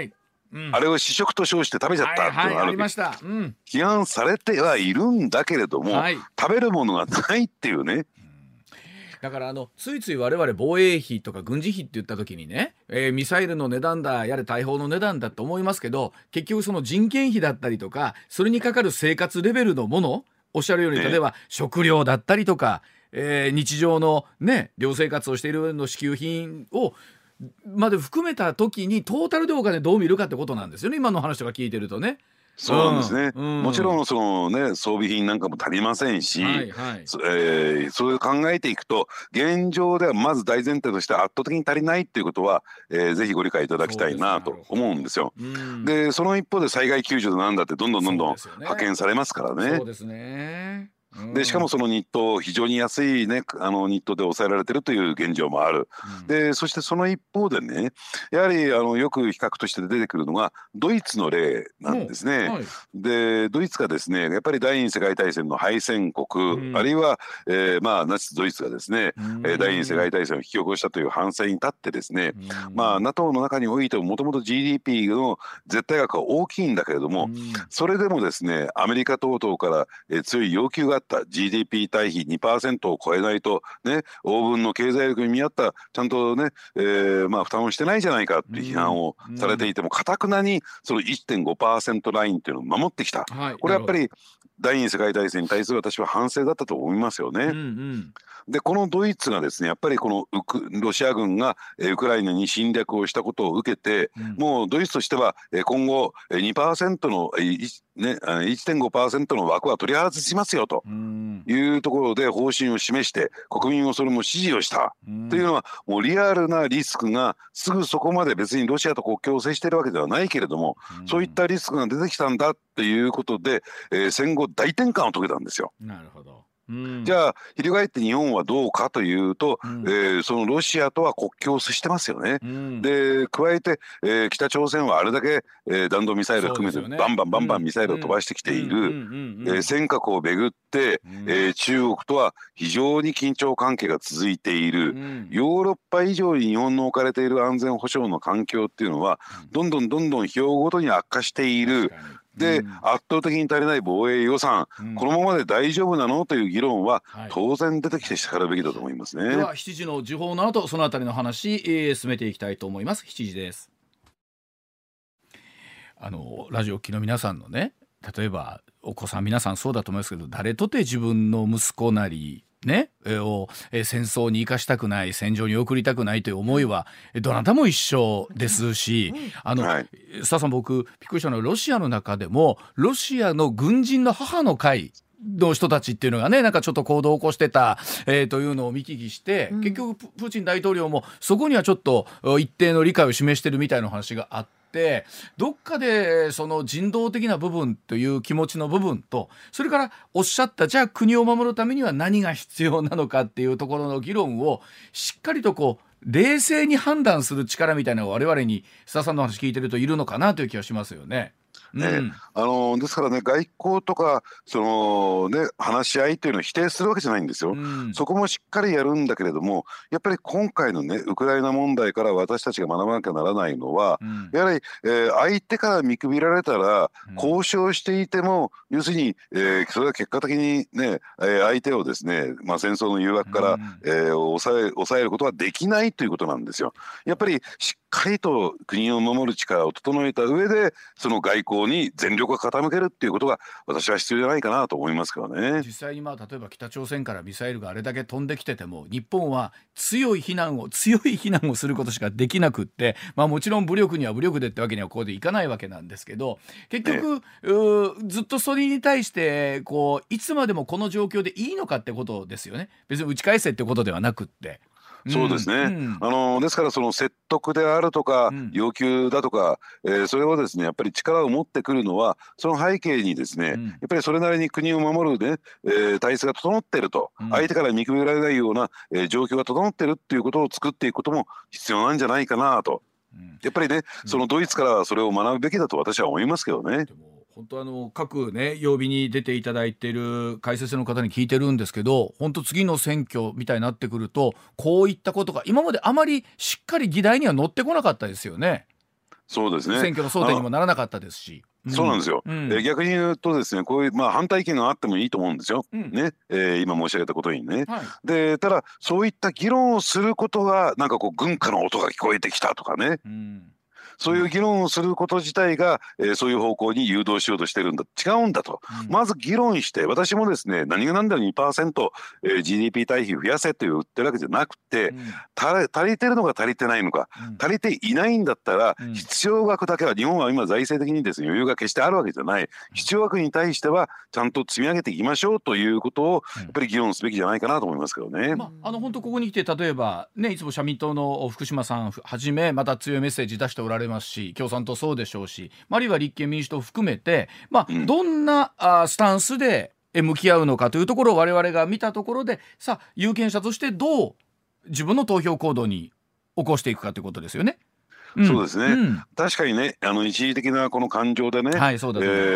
あれを試食と称して食べちゃったっていうのがある。批判されてはいるんだけれども、食べるものがないっていうね。 だからついつい我々防衛費とか軍事費って言った時にね、ミサイルの値段だ、やれ大砲の値段だと思いますけど、結局その人件費だったりとか、それにかかる生活レベルのもの、おっしゃるように、例えば食料だったりとか、日常のね寮生活をしているの支給品をまで含めた時にトータルでお金どう見るかってことなんですよね、今の話とか聞いてるとね。 そうなんですね、もちろんそのね装備品なんかも足りませんし、そういう考えていくと、現状ではまず大前提として圧倒的に足りないっていうことは、ぜひご理解いただきたいなと思うんですよ。でその一方で災害救助なんだってどんどん派遣されますからね。 そうですね。 でしかもその日当非常に安い、ね、日当で抑えられてるという現状もある、でそしてその一方でね、やはりよく比較として出てくるのがドイツの例なんですね。でドイツがですねやっぱり第二次世界大戦の敗戦国、あるいは、ナチスドイツがですね、第二次世界大戦を引き起こしたという反省に立ってですね、NATO の中においてもともと GDP の絶対額は大きいんだけれども、それでもですねアメリカ等々から、強い要求があった GDP 対比 2% を超えないとね、欧分の経済力に見合ったちゃんとね、負担をしてないじゃないかっていう批判をされていても、堅くなにその 1.5% ラインっていうのを守ってきた、これやっぱり第二次世界大戦に対する私は反省だったと思いますよね。でこのドイツがですねやっぱりこのロシア軍がウクライナに侵略をしたことを受けて、もうドイツとしては今後 2% の、1.5% の枠は取り外しますよというところで方針を示して国民をそれも支持をしたというのは、もうリアルなリスクがすぐそこまで、別にロシアと国境を接しているわけではないけれども、そういったリスクが出てきたんだっていうことで、戦後大転換を遂げたんですよ。 なるほど。 じゃあ翻って日本はどうかというと、そのロシアとは国境を接してますよね。で加えて、北朝鮮はあれだけ、弾道ミサイルを含めてバンバンミサイルを飛ばしてきている、尖閣をめぐって、中国とは非常に緊張関係が続いている、ヨーロッパ以上に日本の置かれている安全保障の環境っていうのはどんどん日をごとに悪化している。で圧倒的に足りない防衛予算、このままで大丈夫なのという議論は当然出てきてしかるべきだと思いますね。 では7時の時報の後そのあたりの話、進めていきたいと思います。7時です。ラジオ機の皆さんのね、例えばお子さん皆さんそうだと思いますけど、誰とて自分の息子なりね、戦争に生かしたくない、戦場に送りたくないという思いはどなたも一緒ですし、スタさん、僕びっくりしたのはロシアの中でもロシアの軍人の母の会の人たちっていうのがね、なんかちょっと行動を起こしてた、というのを見聞きして、結局プーチン大統領もそこにはちょっと一定の理解を示してるみたいな話があって、どっかでその人道的な部分という気持ちの部分と、それからおっしゃったじゃあ国を守るためには何が必要なのかっていうところの議論をしっかりと冷静に判断する力みたいなのが我々に須田さんの話聞いてるといるのかなという気がしますよね。 ですからね、外交とか話し合いというのを否定するわけじゃないんですよ。そこもしっかりやるんだけれども、やっぱり今回のねウクライナ問題から私たちが学ばなきゃならないのは、やはり、相手から見くびられたら交渉していても、要するに、それは結果的にね、相手をですね、戦争の誘惑から、抑えることはできないということなんですよ。やっぱりしっかりと国を守る力を整えた上でその外交に全力を傾けるっていうことが私は必要じゃないかなと思いますけどね。 実際に例えば北朝鮮からミサイルがあれだけ飛んできてても、日本は強い非難をすることしかできなくって、もちろん武力には武力でってわけにはこうでいかないわけなんですけど、結局、ずっとそれに対していつまでもこの状況でいいのかってことですよね。別に打ち返せってことではなくって。 そうですね、ですからその説得であるとか要求だとか、それをですねやっぱり力を持ってくるのは、その背景にですね、やっぱりそれなりに国を守るね、体制が整っていると、相手から見くびられないような、状況が整っているっていうことを作っていくことも必要なんじゃないかなと、やっぱりね、そのドイツからはそれを学ぶべきだと私は思いますけどね。 本当各ね曜日に出ていただいている解説の方に聞いてるんですけど、本当次の選挙みたいになってくるとこういったことが今まであまりしっかり議題には乗ってこなかったですよね。 そうですね、 選挙の争点にもならなかったですし。 そうなんですよ、逆に言うとですね、こういう反対意見があってもいいと思うんですよ、ね、今申し上げたことにね、でただそういった議論をすることがなんか軍歌の音が聞こえてきたとかね、そういう議論をすること自体が、そういう方向に誘導しようとしてるんだ、違うんだと、まず議論して、私もですね何が何でも 2%、GDP 対比増やせと言ってるわけじゃなくて、足りてるのか足りてないのか、足りていないんだったら、必要額だけは日本は今財政的にですね余裕が決してあるわけじゃない、必要額に対してはちゃんと積み上げていきましょうということをやっぱり議論すべきじゃないかなと思いますけどね。 本当ここに来て例えばね、いつも社民党の福島さんはじめまた強いメッセージ出しておられますし、共産党そうでしょうし、あるいは立憲民主党を含めて、どんなスタンスで向き合うのかというところを我々が見たところで、さあ有権者としてどう自分の投票行動に起こしていくかということですよね。 そうですね、確かにね、一時的なこの感情でね、なんですか、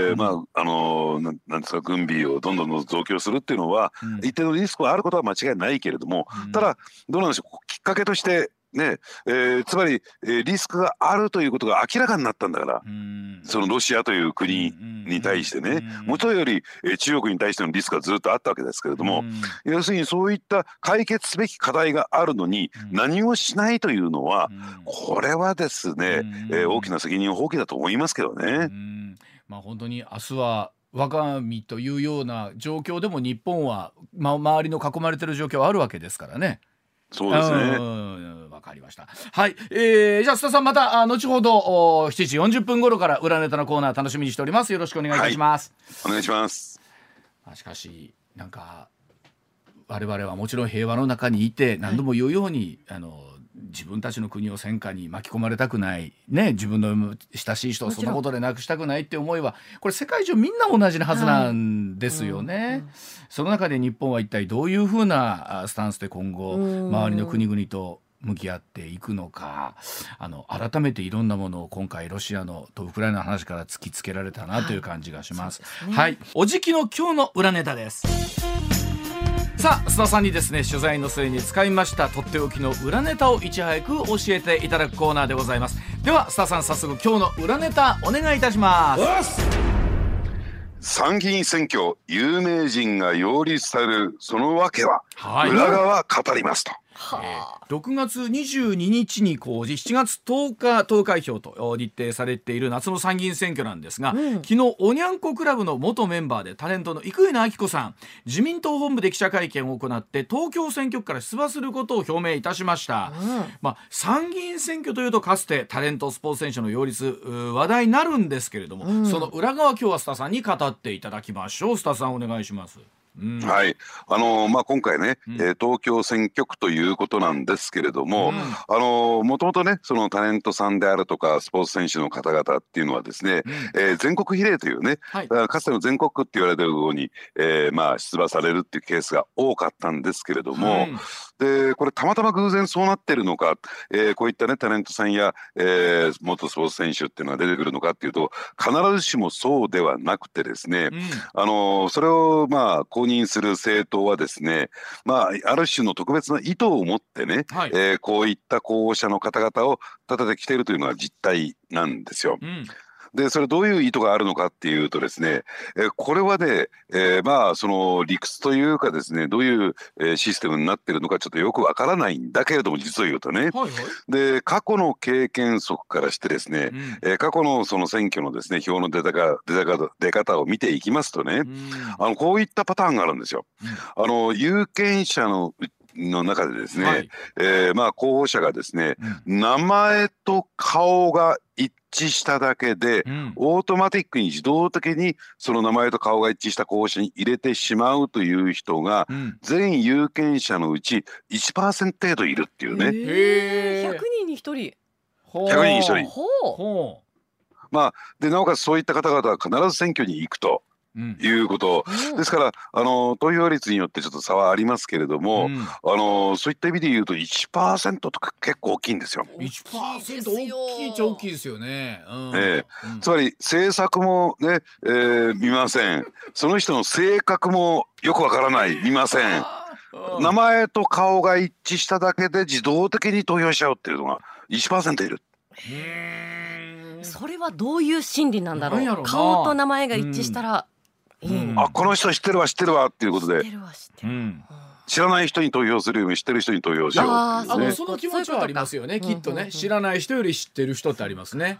軍備をどんどん増強するっていうのは、一定のリスクはあることは間違いないけれども、ただどうなんでしょう、きっかけとしてね、つまり、リスクがあるということが明らかになったんだから、そのロシアという国に対してね、もとより、中国に対してのリスクがずっとあったわけですけれども、要するにそういった解決すべき課題があるのに何をしないというのは、これはですね、大きな責任放棄だと思いますけどね。 本当に明日は我が身というような状況でも日本は、周りの囲まれている状況はあるわけですからね。 そうですね。 わかりました。はい、じゃあ須田さん、また後ほど7時40分頃から裏ネタのコーナー楽しみにしております。よろしくお願いいたします。 お願いします。 しかしなんか我々はもちろん平和の中にいて、何度も言うように、自分たちの国を戦火に巻き込まれたくないね、自分の親しい人をそのことでなくしたくないって思いは、これ世界中みんな同じなはずなんですよね。その中で日本は一体どういうふうなスタンスで今後周りの国々と向き合っていくのか、改めていろんなものを今回ロシアのとウクライナの話から突きつけられたなという感じがします。はい、おじきの今日の裏ネタです。さあ須田さんにですね、取材の末に使いましたとっておきの裏ネタをいち早く教えていただくコーナーでございます。では須田さん、早速今日の裏ネタお願いいたします。 参議院選挙、有名人が擁立されるその訳は、裏側語りますと。 6月22日に公示、7月10日投開票と日程されている夏の参議院選挙なんですが、昨日おにゃんこクラブの元メンバーでタレントの生稲晃子さん、自民党本部で記者会見を行って東京選挙区から出馬することを表明いたしました。参議院選挙というとかつてタレントスポーツ選手の擁立話題になるんですけれども、その裏側、今日は須田さんに語っていただきましょう。須田さん、お願いします。 はい、今回ね、東京選挙区ということなんですけれども、もともとね、そのタレントさんであるとかスポーツ選手の方々っていうのはですね、全国比例というね、かつての全国区って言われてるように、出馬されるっていうケースが多かったんですけれども、でこれたまたま偶然そうなってるのか、こういったねタレントさんや、元スポーツ選手っていうのが出てくるのかっていうと、必ずしもそうではなくてですね、それを公認する政党はですね、ある種の特別な意図を持ってね、こういった候補者の方々を立ててきているというのが実態なんですよ。でそれどういう意図があるのかっていうとですね、これはね、その理屈というかですね、どういう、システムになっているのかちょっとよくわからないんだけれども、実を言うとね、で過去の経験則からしてですね、過去のその選挙のですね票の出方を見ていきますとね、こういったパターンがあるんですよ。有権者の中でですね、候補者がですね、名前と顔が一致しただけで、オートマティックに自動的にその名前と顔が一致した候補者に入れてしまうという人が、全有権者のうち 1% 程度いるっていうね。 100人に1人。 100人に1人。でなおかつそういった方々は必ず選挙に行くと。いうことですから、投票率によってちょっと差はありますけれども、そういった意味で言うと 1% とか結構大きいんですよ。 1% 大きいっちゃ大きいですよね。 つまり政策もね、見ません。その人の性格もよくわからない、見ません。名前と顔が一致しただけで自動的に投票しちゃうっていうのが 1% いる。 それはどういう心理なんだろう。顔と名前が一致したら、 この人知ってるわっていうことで、知らない人に投票するより知ってる人に投票しようっていうね。 その気持ちはありますよね、きっとね。知らない人より知ってる人ってありますね。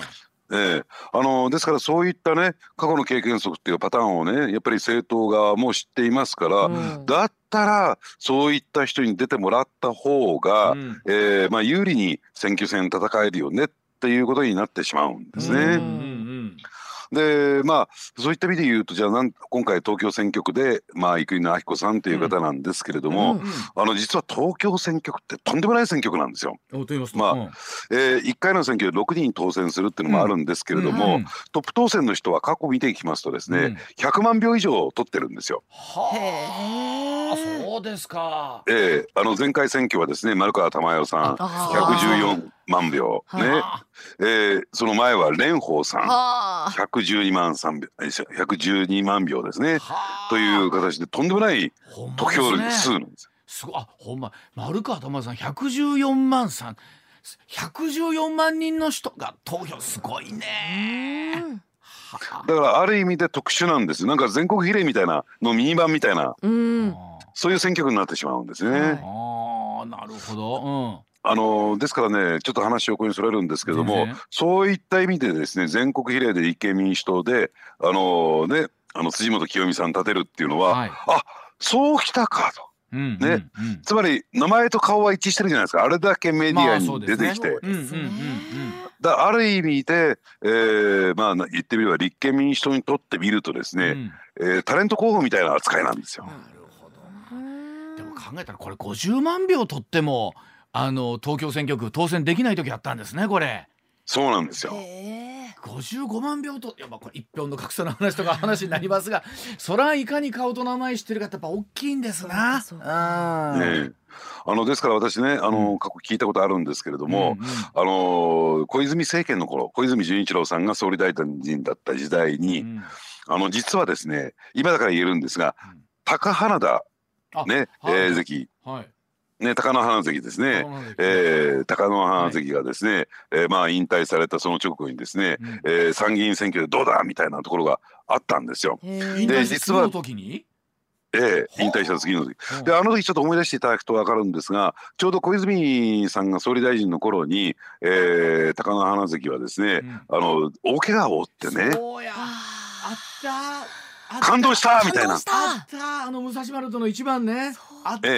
ですからそういったね過去の経験則っていうパターンをね、やっぱり政党側も知っていますから、だったらそういった人に出てもらった方が、有利に選挙戦戦えるよねっていうことになってしまうんですね。 でそういった意味で言うと、じゃあ今回東京選挙区で生稲晃子さんという方なんですけれども、実は東京選挙区ってとんでもない選挙区なんですよ。1回の選挙で6人当選するっていうのもあるんですけれども、トップ当選の人は過去見ていきますとですね、100万票以上取ってるんですよ。 はあ、そうですか。 前回選挙はですね、丸川珠代さん114万票ね、その前は蓮舫さん112万票ですね、という形でとんでもない得票数なんですよ。 すごい。ほんま、丸川珠代さん114万114万人の人が投票、すごいね。 だからある意味で特殊なんです。なんか全国比例みたいなのミニ版みたいな、そういう選挙区になってしまうんですね。 なるほど。 ですからね、ちょっと話を横にそれるんですけども、そういった意味でですね、全国比例で立憲民主党で辻元清美さん立てるっていうのは、そうきたかと。つまり名前と顔は一致してるじゃないですか。あれだけメディアに出てきて、ある意味で、言ってみれば立憲民主党にとってみるとですね、タレント候補みたいな扱いなんですよ。 なるほど。でも考えたらこれ50万票取っても東京選挙区当選できない時あったんですね、これ。 そうなんですよ。 55万票と、これ一票の格差の話とか話になりますが、そらいかに顔と名前知ってるかってやっぱ大きいんですな。 ですから私ね、過去聞いたことあるんですけれども、小泉政権の頃、小泉純一郎さんが総理大臣だった時代に、実はですね、今だから言えるんですが、高花田関、貴乃花関ですね、貴乃花関がですね、引退されたその直後にですね、参議院選挙でどうだみたいなところがあったんですよ。 で実は時に引退した次の時で、あの時ちょっと思い出していただくと分かるんですが、ちょうど小泉さんが総理大臣の頃に、貴乃花関はですね、大怪我を負ってね、感動したみたいな、 武蔵丸との一番ね、あった。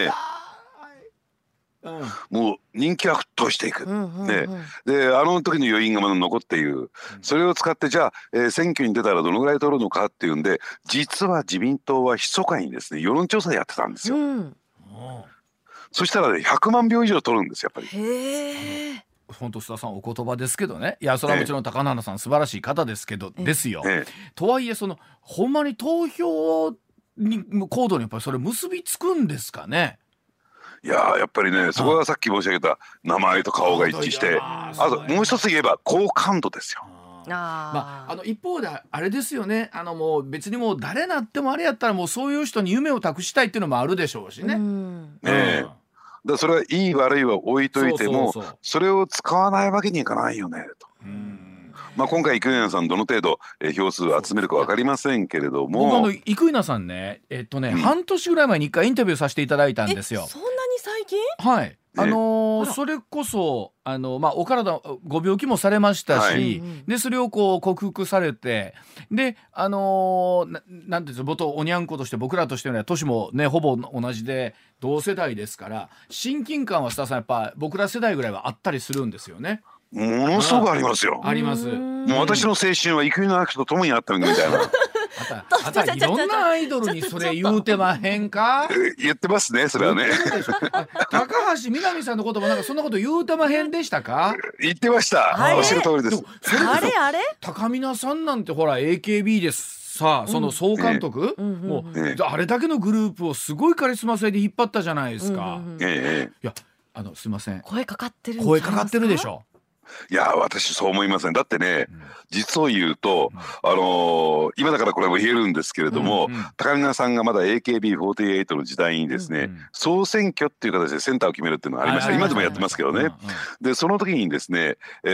もう人気は沸騰していく。であの時の余韻がまだ残っている。それを使ってじゃあ、選挙に出たらどのぐらい取るのかっていうんで、実は自民党は密かにですね世論調査やってたんですよ。そしたらね100万票以上取るんですやっぱり。 本当須田さんお言葉ですけどね、いやそれはもちろん高菜さん素晴らしい方ですけどですよ。とはいえほんまに投票に行動にやっぱりそれ結びつくんですかね。 いややっぱりね、そこがさっき申し上げた名前と顔が一致して、あともう一つ言えば好感度ですよ。 一方であれですよね、もう別にもう誰なってもあれやったらもうそういう人に夢を託したいっていうのもあるでしょうしね。 だそれはいい悪いは置いといても、それを使わないわけにいかないよねと。今回生稲さんどの程度票数を集めるか分かりませんけれども、 僕生稲さんね半年ぐらい前に1回インタビューさせていただいたんですよ。 そんなに最近？ はい。それこそお体ご病気もされましたし、でそれを克服されて、でなんていうんですか、元おにゃんことして僕らとしては年もねほぼ同じで同世代ですから、親近感は須田さんやっぱ僕ら世代ぐらいはあったりするんですよね。 ものすごくありますよ。 あります。 もう私の青春は生稲晃子と共にあったみたいな。 あたいろんなアイドルにそれ言うてまへんか。 言ってますね、それはね。 高橋みなみさんのこともなんかそんなこと言うてまへんでしたか。 言ってました。おっしゃる通りです。 あれ高見菜さんなんてほら AKB ですさあ、その総監督、もうあれだけのグループをすごいカリスマ性で引っ張ったじゃないですか。いやすいません、 声かかってるでしょ。 いや私そう思いません。だってね、実を言うと、今だからこれも言えるんですけれども、高見菜さんがまだ AKB48 の時代にですね、総選挙っていう形でセンターを決めるっていうのがありました。今でもやってますけどね。でその時にですね、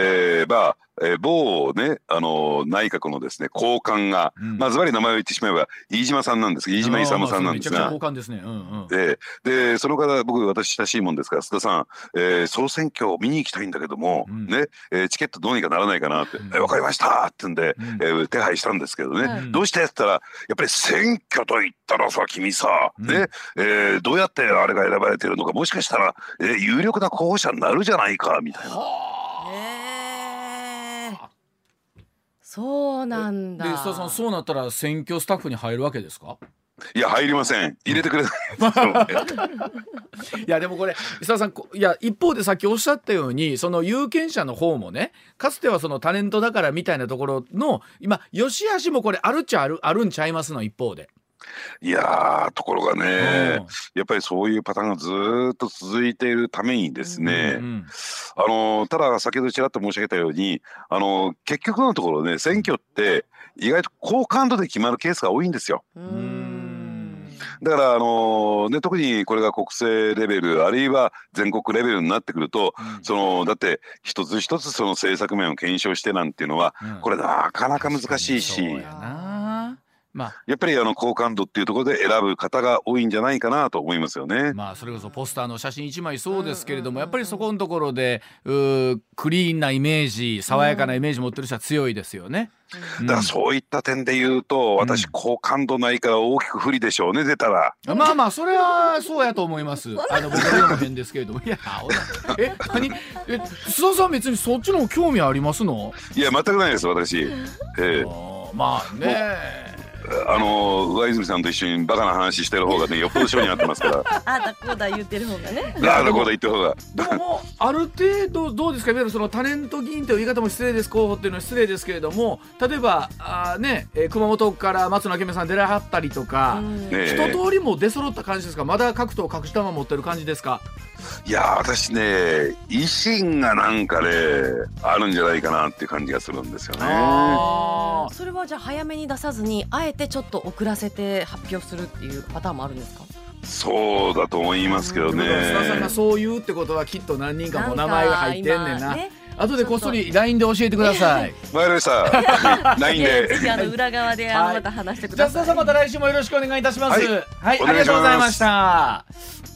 某ね内閣のですね高官が、ズバリ名前を言ってしまえば飯島さんなんですが、飯島勇さんなんですが、でその方私親しいもんですから、須田さん、総選挙を見に行きたいんだけども、チケットどうにかならないかなって、分かりましたってんで、手配したんですけどね、どうしてって言ったら、やっぱり選挙と言ったらさ君さ、どうやってあれが選ばれてるのか、もしかしたら、有力な候補者になるじゃないかみたいな。 そうなんだ。 で、須田さん、そうなったら選挙スタッフに入るわけですか？ いや入りません、入れてくれないいやでもこれ須田さん、いや一方でさっきおっしゃったように、その有権者の方もね、かつてはそのタレントだからみたいなところの今良し悪しもこれあるっちゃあるんちゃいますの一方で。 いやところがね、やっぱりそういうパターンがずーっと続いているためにですね、ただ先ほどちらっと申し上げたように結局のところね、選挙って意外と好感度で決まるケースが多いんですよ。だから特にこれが国政レベルあるいは全国レベルになってくると、だって一つ一つその政策面を検証してなんていうのは、これなかなか難しいし、やっぱり好感度っていうところで選ぶ方が多いんじゃないかなと思いますよね。 それこそポスターの写真1枚そうですけれども、やっぱりそこのところでクリーンなイメージ、爽やかなイメージ持ってる人は強いですよね。 だからそういった点で言うと、私好感度ないから大きく不利でしょうね、出たら。 それはそうやと思います。僕の言うのも変ですけれども。いや須田さん別にそっちの興味ありますの？ いや全くないです私。上泉さんと一緒にバカな話してる方がね、よっぽど性に合ってますからあだこうだ言ってる方がね。 あだこうだ言ってる方がでももうある程度どうですか、いわゆるそのタレント議員という言い方も失礼です、候補っていうのは失礼ですけれども、例えば熊本から松野明美さん出らはったりとか、一通りも出揃った感じですか？まだ各党隠したまま持ってる感じですか？ いや私ね、維新がなんかねあるんじゃないかなっていう感じがするんですよね。 それはじゃあ早めに出さずにあえてちょっと遅らせて発表するっていうパターンもあるんですか？ そうだと思いますけどね。 須田さんがそう言うってことはきっと何人かも名前が入ってんねんな。後でこっそり LINE で教えてください。 わかりました。LINE でぜひ裏側でまた話してください。 じゃあ須田さん、また来週もよろしくお願いいたします。 はい、 ありがとうございました。